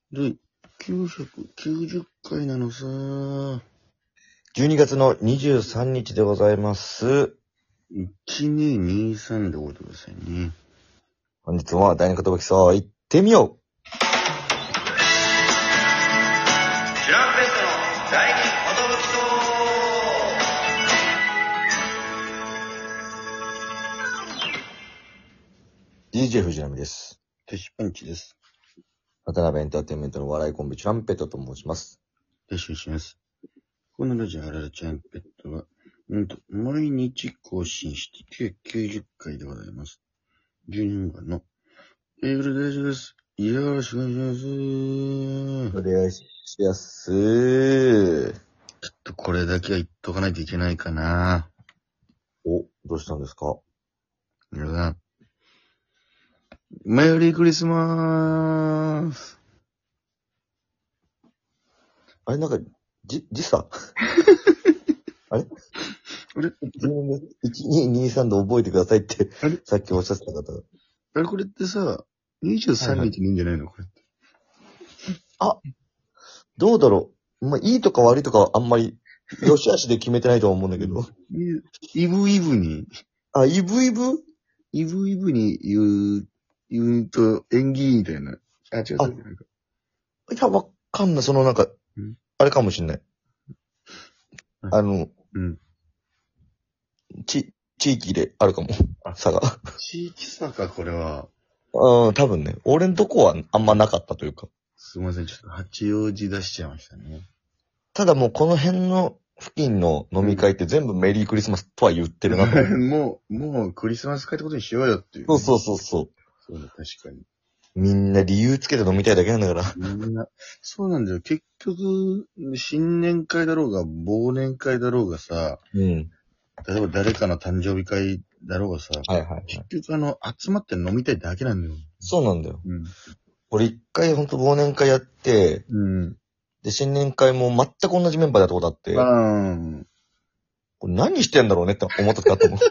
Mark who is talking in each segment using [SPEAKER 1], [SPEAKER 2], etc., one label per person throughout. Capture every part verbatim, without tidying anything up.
[SPEAKER 1] で、きゅうひゃくきゅうじゅっかいなのさ。
[SPEAKER 2] じゅうにがつのにじゅうさんにちでございます。
[SPEAKER 1] いちににさんで覚えてくださいね。
[SPEAKER 2] 本日も第二言武器そう行ってみよう。
[SPEAKER 3] チュランペットの第二
[SPEAKER 2] ディージェー 藤波です。
[SPEAKER 1] テシパンチです。
[SPEAKER 2] 渡辺エンターテインメントの笑いコンビチュランペットと申します。
[SPEAKER 1] テシします。このラジオハララチュランペットは、なんと、毎日更新して計きゅうじゅっかいでございます。じゅうにふんかんの、英語で大丈夫です。よろしくお願いします。
[SPEAKER 2] お願いします。
[SPEAKER 1] ちょっとこれだけは言っとかないといけないかな。
[SPEAKER 2] お、どうしたんですか？
[SPEAKER 1] 皆さん、メリークリスマース。
[SPEAKER 2] あれなんか、じ、時差あれ
[SPEAKER 1] あれ
[SPEAKER 2] いちににさんで覚えてくださいって、
[SPEAKER 1] あれ
[SPEAKER 2] さっきおっしゃってた方。
[SPEAKER 1] あれこれってさ、にじゅうさんにちにいいんじゃないのこれって。
[SPEAKER 2] あ、どうだろう。まあ、いいとか悪いとかあんまり、よしあしで決めてないとは思うんだけど。
[SPEAKER 1] イブイブに、
[SPEAKER 2] あ、イブイブ
[SPEAKER 1] イブイブに言う、言うと縁起みたいな。あ、違う、
[SPEAKER 2] あ
[SPEAKER 1] 違う、なんか。
[SPEAKER 2] いや、わかんない。そのなんか
[SPEAKER 1] ん、
[SPEAKER 2] あれかもしんない。
[SPEAKER 1] はい
[SPEAKER 2] あの、
[SPEAKER 1] うん。
[SPEAKER 2] ち、地域であるかも。差が。
[SPEAKER 1] 地域差か、これは。
[SPEAKER 2] うん、多分ね。俺んとこはあんまなかったというか。
[SPEAKER 1] すいません、ちょっと八王子出しちゃいましたね。
[SPEAKER 2] ただもうこの辺の付近の飲み会って全部メリークリスマスとは言ってるなと思う。
[SPEAKER 1] もう、もうクリスマス会ってことにしようよっていう、
[SPEAKER 2] そうそうそうそう。
[SPEAKER 1] そうだ、確かに。
[SPEAKER 2] みんな理由つけて飲みたいだけなんだから。
[SPEAKER 1] みんな、そうなんだよ。結局、新年会だろうが、忘年会だろうがさ、
[SPEAKER 2] うん。
[SPEAKER 1] 例えば誰かの誕生日会だろうがさ、
[SPEAKER 2] はいはいはい。
[SPEAKER 1] 結局あの、集まって飲みたいだけなんだよ。
[SPEAKER 2] そうなんだよ。
[SPEAKER 1] うん。
[SPEAKER 2] 俺一回ほんと忘年会やって、
[SPEAKER 1] うん。
[SPEAKER 2] で、新年会も全く同じメンバーだったことあって、
[SPEAKER 1] あー
[SPEAKER 2] これ何してんだろうねって思ったかと思う。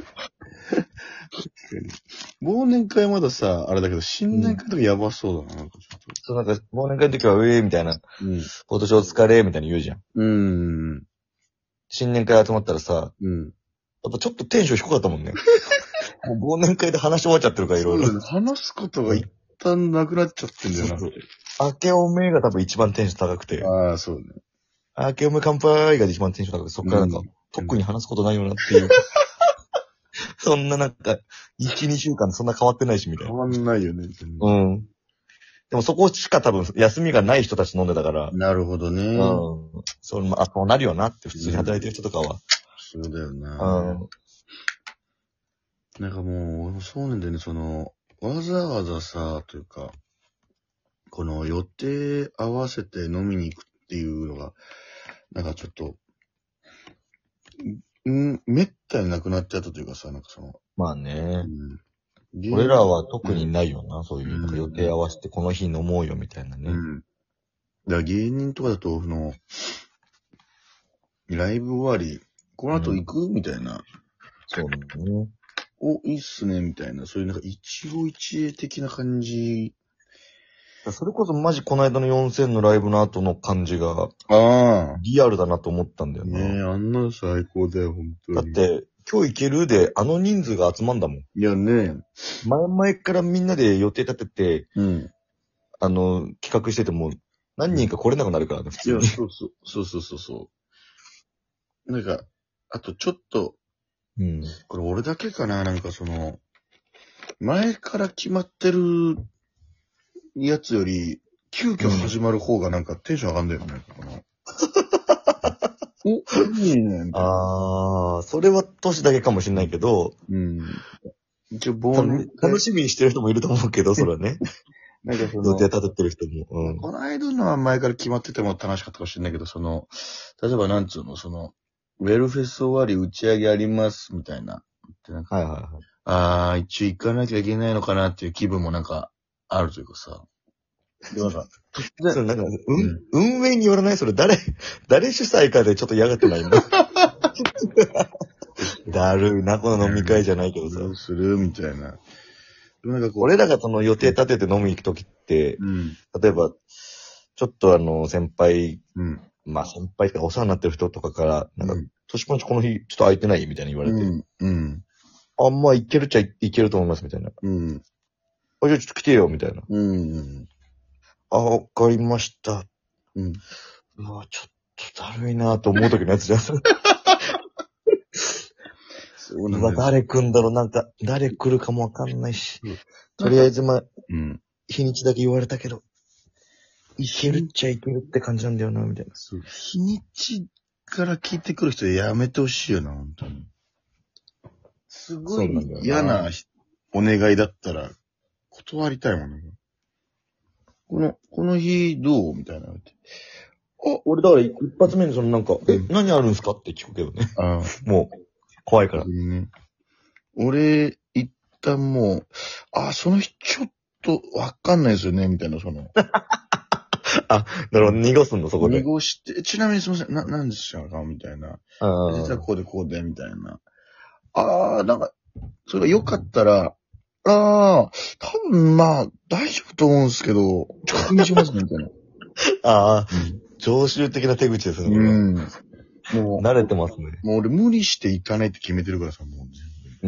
[SPEAKER 1] 忘年会まださ、あれだけど、新年会とかやばそうだな、なんかちょっ
[SPEAKER 2] そうなんか、忘年会の時は、うえーみたいな、
[SPEAKER 1] と。うん。
[SPEAKER 2] 今年お疲れみたいに言うじゃん。
[SPEAKER 1] うん。
[SPEAKER 2] 新年会集まったらさ、
[SPEAKER 1] うん。
[SPEAKER 2] やっぱちょっとテンション低かったもんね。もう忘年会で話し終わっちゃってるから、いろいろ。
[SPEAKER 1] そうだね。話すことが一旦なくなっちゃってんだよな。
[SPEAKER 2] そう明けおめが多分一番テンション高くて、
[SPEAKER 1] ああ、そうね。
[SPEAKER 2] 明けおめ乾杯が一番テンション高くて、そっからなんか、
[SPEAKER 1] うん
[SPEAKER 2] 特に話すことないよなっていう。そんななんか、いち、にしゅうかんでそんな変わってないし、みたいな。
[SPEAKER 1] 変わんないよね、全然。
[SPEAKER 2] うん。でもそこしか多分休みがない人たち飲んでたから、
[SPEAKER 1] なるほどね。
[SPEAKER 2] うん。そう、まあ、そうなるよなって普通に働いてる人とかは。
[SPEAKER 1] そうだよ
[SPEAKER 2] う
[SPEAKER 1] な。
[SPEAKER 2] ん。
[SPEAKER 1] なんかもう、俺もそうなんだよね、その、わざわざさ、というか、この予定合わせて飲みに行くっていうのが、なんかちょっと、ん、めったになくなっちゃったというかさ、なんかその、
[SPEAKER 2] まあね。
[SPEAKER 1] うん、
[SPEAKER 2] 俺らは特にないよな、そういうう、
[SPEAKER 1] ん
[SPEAKER 2] なんか予定合わせてこの日飲もうよみたいなね。
[SPEAKER 1] うん。だから芸人とかだと、その、ライブ終わり、この後行く、みたいな。
[SPEAKER 2] そうだね。
[SPEAKER 1] お、いいっすね、みたいな。そういうなんか一期一会的な感じ。
[SPEAKER 2] それこそマジこの間のよんせんのライブの後の感じが
[SPEAKER 1] ああ。
[SPEAKER 2] リアルだなと思ったんだよな。
[SPEAKER 1] ねえ、あんなの最高だよ、本当に。
[SPEAKER 2] だっ、て、今日行けるであの人数が集まんだもん。
[SPEAKER 1] いやね、
[SPEAKER 2] 前々からみんなで予定立てて、
[SPEAKER 1] うん。
[SPEAKER 2] あの、企画してても何人か来れなくなるからね、普
[SPEAKER 1] いや、
[SPEAKER 2] 通に。
[SPEAKER 1] そうそう、そうそうそうそう。なんか、あとちょっと、
[SPEAKER 2] うん。
[SPEAKER 1] これ俺だけかな、なんかその、前から決まってるやつより、急遽始まる方がなんかテンション上がんだよね。このお、いいね、みたいな。
[SPEAKER 2] あー、それは年だけかもしれないけど、
[SPEAKER 1] うん。一応、忘年会
[SPEAKER 2] 楽しみにしてる人もいると思うけど、それはね。
[SPEAKER 1] なんかそ
[SPEAKER 2] 予
[SPEAKER 1] の、
[SPEAKER 2] 定立ててる人も。うん。
[SPEAKER 1] この間のは前から決まってても楽しかったかもしれないけど、その、例えばなんつうの、その、ウェルフェス終わり打ち上げありますみたいな。でなんか
[SPEAKER 2] はいはいはい。
[SPEAKER 1] あー、一応行かなきゃいけないのかなっていう気分もなんか、あるというかさ。で、なんか、
[SPEAKER 2] それなんか、うん、運営によらないそれ誰、誰主催かでちょっと嫌がってないんだ。だるいな、この飲み会じゃないけどさ。
[SPEAKER 1] どうするみたいな。 なんかこう。
[SPEAKER 2] 俺らがその予定立てて飲みに行くときって、
[SPEAKER 1] うん。
[SPEAKER 2] 例えば、ちょっとあの、先輩、
[SPEAKER 1] うん。
[SPEAKER 2] まあ先輩とかお世話になってる人とかから、なんか、
[SPEAKER 1] うん、
[SPEAKER 2] 年パンチこの日ちょっと空いてないみたいに言われて。
[SPEAKER 1] うん。うん。
[SPEAKER 2] あ、まあいけるっちゃいけると思いますみたいな。
[SPEAKER 1] うん。
[SPEAKER 2] あ、じゃあちょっと来てよみたいな。
[SPEAKER 1] うん。
[SPEAKER 2] あ、わかりました。
[SPEAKER 1] うん。
[SPEAKER 2] うわ、ちょっとだるいなと思うときのやつじゃん。
[SPEAKER 1] そうなんだよ。
[SPEAKER 2] うわ、誰来んだろうなんか、誰来るかもわかんないし。
[SPEAKER 1] うん、
[SPEAKER 2] とりあえずまあ、
[SPEAKER 1] うん。
[SPEAKER 2] 日にちだけ言われたけど、いけるっちゃいけるって感じなんだよな、みたいな。
[SPEAKER 1] そう。日にちから聞いてくる人やめてほしいよな、本当に。すごい嫌なお願いだったら、断りたいもんね。この、この日どうみたいな。
[SPEAKER 2] あ、俺だから一発目にそのなんか、え、何あるんすかって聞くけどね。
[SPEAKER 1] ああ。
[SPEAKER 2] もう、怖いから。
[SPEAKER 1] ね、俺、一旦もう、あ、その日ちょっとわかんないですよね、みたいな、その。
[SPEAKER 2] あ、なるほど、濁すんの、そこで。
[SPEAKER 1] 濁して、ちなみにすみません、な、なんでしたかみたいな。実はこうでこうで、みたいな。あー、なんか、それが良かったら、あー、多分まあ、大丈夫と思うんですけど、確認しますね、みたいな。
[SPEAKER 2] ああ、常習的な手口ですね。
[SPEAKER 1] うん。もう、
[SPEAKER 2] 慣れてますね。
[SPEAKER 1] もう俺無理して行かないって決めてるからさ、もう、ね。
[SPEAKER 2] うん。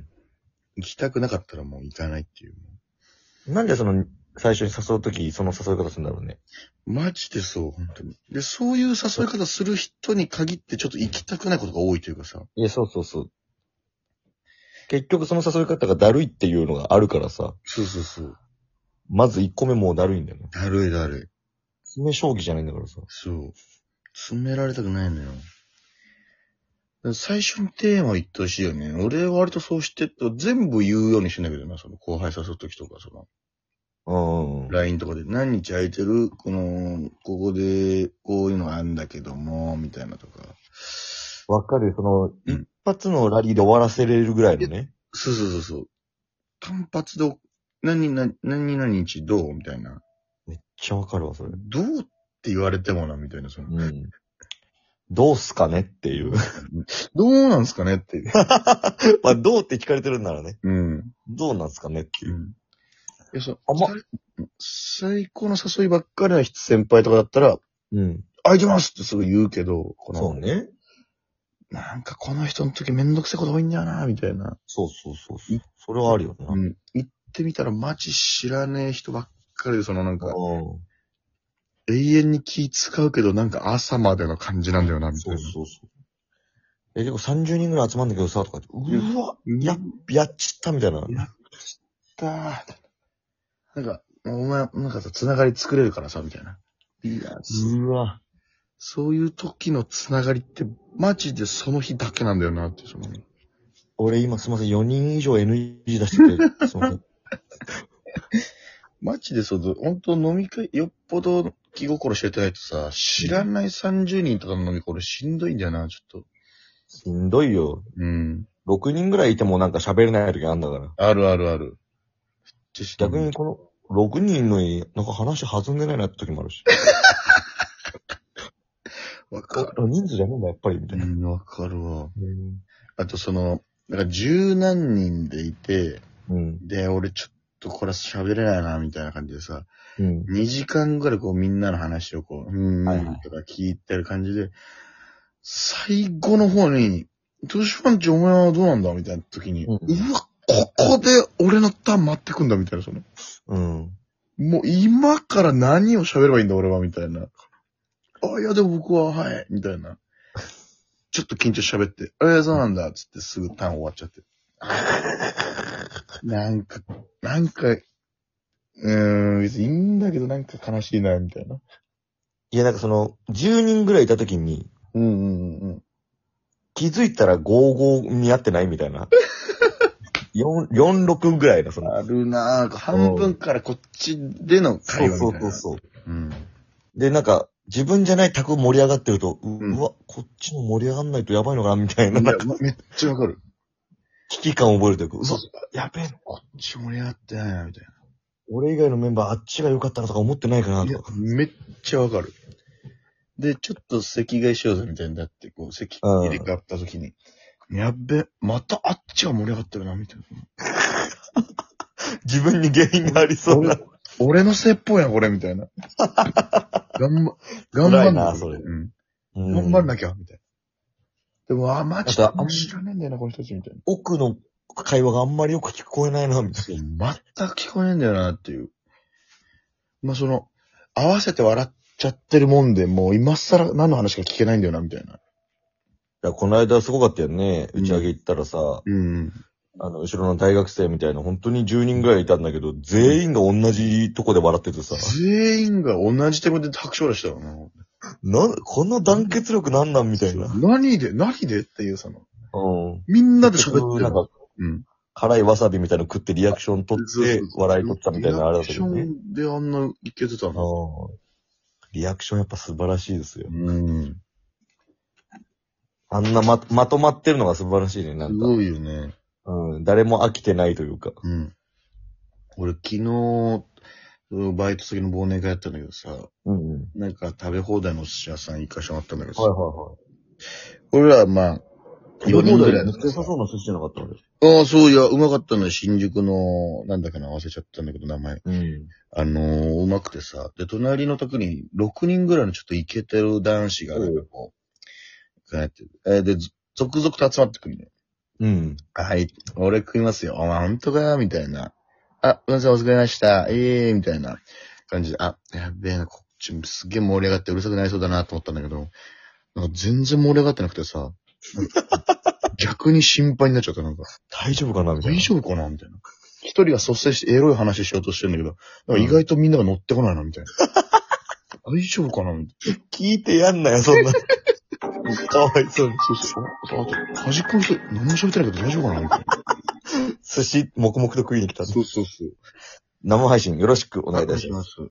[SPEAKER 1] 行きたくなかったらもう行かないっていう。
[SPEAKER 2] なんでその、最初に誘うとき、その誘い方するんだろうね。
[SPEAKER 1] マジでそう、本当に。で、そういう誘い方する人に限ってちょっと行きたくないことが多いというかさ。
[SPEAKER 2] いや、そうそうそう。結局その誘い方がだるいっていうのがあるからさ。
[SPEAKER 1] そうそうそう。
[SPEAKER 2] まず一個目もうだるいんだよね。
[SPEAKER 1] だるいだるい。
[SPEAKER 2] 詰め将棋じゃないんだからさ。
[SPEAKER 1] そう。詰められたくないのよ。最初にテーマ言ってほしいよね。俺は割とそうしてって全部言うようにしてんだけどな、その後輩誘うときとか、その。
[SPEAKER 2] うん。
[SPEAKER 1] ライン とかで何日空いてるこの、ここでこういうのがあるんだけども、みたいなとか。
[SPEAKER 2] わかる、その、
[SPEAKER 1] うん、
[SPEAKER 2] 一発のラリーで終わらせれるぐらいのね。
[SPEAKER 1] そうそうそうそう。単発で、何、何、何々日どうみたいな。
[SPEAKER 2] めっちゃわかるわ、それ。
[SPEAKER 1] どうって言われてもな、みたいな、その。
[SPEAKER 2] うん。どうすかねっていう。
[SPEAKER 1] どうなんすかねっていう。
[SPEAKER 2] まあ、どうって聞かれてるんならね。
[SPEAKER 1] うん。
[SPEAKER 2] どうなんすかねっていう。うん、
[SPEAKER 1] いや、そう。あ、ま、最高の誘いばっかりな先輩とかだったら、うん。空いてますってすぐ言うけど、この。
[SPEAKER 2] そうね。
[SPEAKER 1] なんかこの人の時めんどくせえこと多いんだよな、みたいな。
[SPEAKER 2] そうそうそうそう。それはあるよな。
[SPEAKER 1] うん。行ってみたらマジ知らねえ人ばっかりで、そのなんか、永遠に気使うけどなんか朝までの感じなんだよな、みたいな。そうそうそう。
[SPEAKER 2] え、結構さんじゅうにんぐらい集まんだけどさ、とかうわ、や、やっちったみたいな。
[SPEAKER 1] やっちったー。なんか、お前、なんかさ、つながり作れるからさ、みたいな。いや、
[SPEAKER 2] うわ。
[SPEAKER 1] そういう時のつながりって、マジでその日だけなんだよなって、その。
[SPEAKER 2] 俺今すいません、よにん以上 エヌジー 出してて、すいません。
[SPEAKER 1] マジでそう、本当飲み会、よっぽど気心知れてないとさ、知らないさんじゅうにんとかの飲み会、俺しんどいんだよな、ちょっと。
[SPEAKER 2] しんどいよ。うん。ろくにんぐらいいてもなんか喋れない時あんだから。
[SPEAKER 1] あるあるある。
[SPEAKER 2] 逆にこのろくにんのになんか話弾んでないなって時もあるし。わかる。人数じゃねえんだ、やっぱり、みたいな。
[SPEAKER 1] うん、わかるわ。うん、あとその、なんか十何人でいて、うん、で、俺ちょっとこれ喋れないな、みたいな感じでさ、うん、にじかんぐらいこうみんなの話をこう、うん、はいはい、とか聞いてる感じで、最後の方に、トシパンチお前はどうなんだみたいな時に、うん、うわ、ここで俺のターン待ってくんだみたいな、その。うん。もう今から何を喋ればいいんだ俺はみたいな。あ、いやでも僕は、はい、みたいな。ちょっと緊張し喋って、あ、いやそうなんだ、つってすぐターン終わっちゃって。なんか、なんか、うーん、別にいいんだけどなんか悲しいな、みたいな。
[SPEAKER 2] いや、なんかその、じゅうにんぐらいいた時に、うんうんうん。気づいたらごじゅうごに合ってないみたいな。よん、よん、ろくぐらいのその。
[SPEAKER 1] あるなぁ。半分からこっちでの会話みたいな。
[SPEAKER 2] そうそうそうそう。うん。で、なんか、自分じゃない卓盛り上がってると、う、うん、うわ、こっちも盛り上がんないとやばいのかなみたいな。いや、
[SPEAKER 1] めっちゃわかる。
[SPEAKER 2] 危機感を覚えるというか、うわ、
[SPEAKER 1] やべえの、こっち盛り上がってないな、みたいな。
[SPEAKER 2] 俺以外のメンバーあっちが良かったなとか思ってないかなとか。
[SPEAKER 1] めっちゃわかる。で、ちょっと席替えしようぜみたいになって、こう、席入れ替わった時に、やっべ、またあっちが盛り上がってるな、みたいな。
[SPEAKER 2] 自分に原因がありそうな。
[SPEAKER 1] 俺のせいっぽいやん、これ、みたいな。頑張、頑張んな
[SPEAKER 2] な、それ。
[SPEAKER 1] うん。
[SPEAKER 2] うん
[SPEAKER 1] 頑張んなきゃ、みたいな。でも、あ、マジで
[SPEAKER 2] なんかあん
[SPEAKER 1] 知らねえんだよな、この人たち、みたいな。
[SPEAKER 2] 奥の会話があんまりよく聞こえないな、みたいな。
[SPEAKER 1] 全く聞こえねえんだよな、っていう。まあ、その、合わせて笑っちゃってるもんで、もう今更何の話か聞けないんだよな、みたいな。
[SPEAKER 2] いや、この間すごかったよね。打ち上げ行ったらさ、
[SPEAKER 1] うん。
[SPEAKER 2] あの、後ろの大学生みたいな、本当にじゅうにんぐらいいたんだけど、全員が同じとこで笑っててさ、
[SPEAKER 1] 全員が同じ手で拍手をしたよな。
[SPEAKER 2] な、この団結力なんなんみたいな。
[SPEAKER 1] 何で、何でっていうさの。
[SPEAKER 2] うん。
[SPEAKER 1] みんなで喋ってる。
[SPEAKER 2] なんか、
[SPEAKER 1] うん。
[SPEAKER 2] 辛いわさびみたいなの食ってリアクション取って
[SPEAKER 1] そうそう、そう
[SPEAKER 2] 笑い取ったみたいなあれだったけどね。
[SPEAKER 1] リアクションであんないけてたな。
[SPEAKER 2] うんリアクションやっぱ素晴らしいですよ。
[SPEAKER 1] うん。
[SPEAKER 2] あんなま、まとまってるのが素晴らしいね、なんか。
[SPEAKER 1] すごいよね。
[SPEAKER 2] うん。誰も飽きてないというか。
[SPEAKER 1] うん。俺昨日、バイト先の忘年会やったんだけどさ、
[SPEAKER 2] うんうん。
[SPEAKER 1] なんか食べ放題のお寿司屋さん行かしてもらったんだけどさ、
[SPEAKER 2] はいはい。
[SPEAKER 1] 俺らはまあ、よにんぐらい
[SPEAKER 2] めっちゃ良さそうな寿司じゃなかったので。
[SPEAKER 1] ああ、そういや、うまかったのよ。新宿の、なんだかな、忘れちゃったんだけど、名前。
[SPEAKER 2] うん。
[SPEAKER 1] あのー、うまくてさ。で、隣の宅にろくにんぐらいのちょっとイケてる男子が、なんかこう、こうやって、えーで、ず続々と集まってくるね。
[SPEAKER 2] うん。
[SPEAKER 1] はい、俺食いますよ。お前、ほんとかよみたいな。あ、すいません、お疲れ様でした。ええー、みたいな感じで、あ、やべえな、こっちもすっげえ盛り上がってうるさくなりそうだなと思ったんだけど、なんか全然盛り上がってなくてさ、逆に心配になっちゃった、なんか。
[SPEAKER 2] 大丈夫かなみたいな。
[SPEAKER 1] 大丈夫かなみたいな。一人が率先してエロい話しようとしてるんだけど、なんか意外とみんなが乗ってこないな、みたいな。大丈夫かなみたいな。
[SPEAKER 2] 聞いてやんなよ、そんな。かわいそうに。
[SPEAKER 1] そうそう。ああと、端っこの人、何も喋ってないけど大丈夫かなみたいな。
[SPEAKER 2] 寿司、黙々と食いに来た。
[SPEAKER 1] そうそうそう。
[SPEAKER 2] 生配信よろしくお願いいたします。
[SPEAKER 1] す。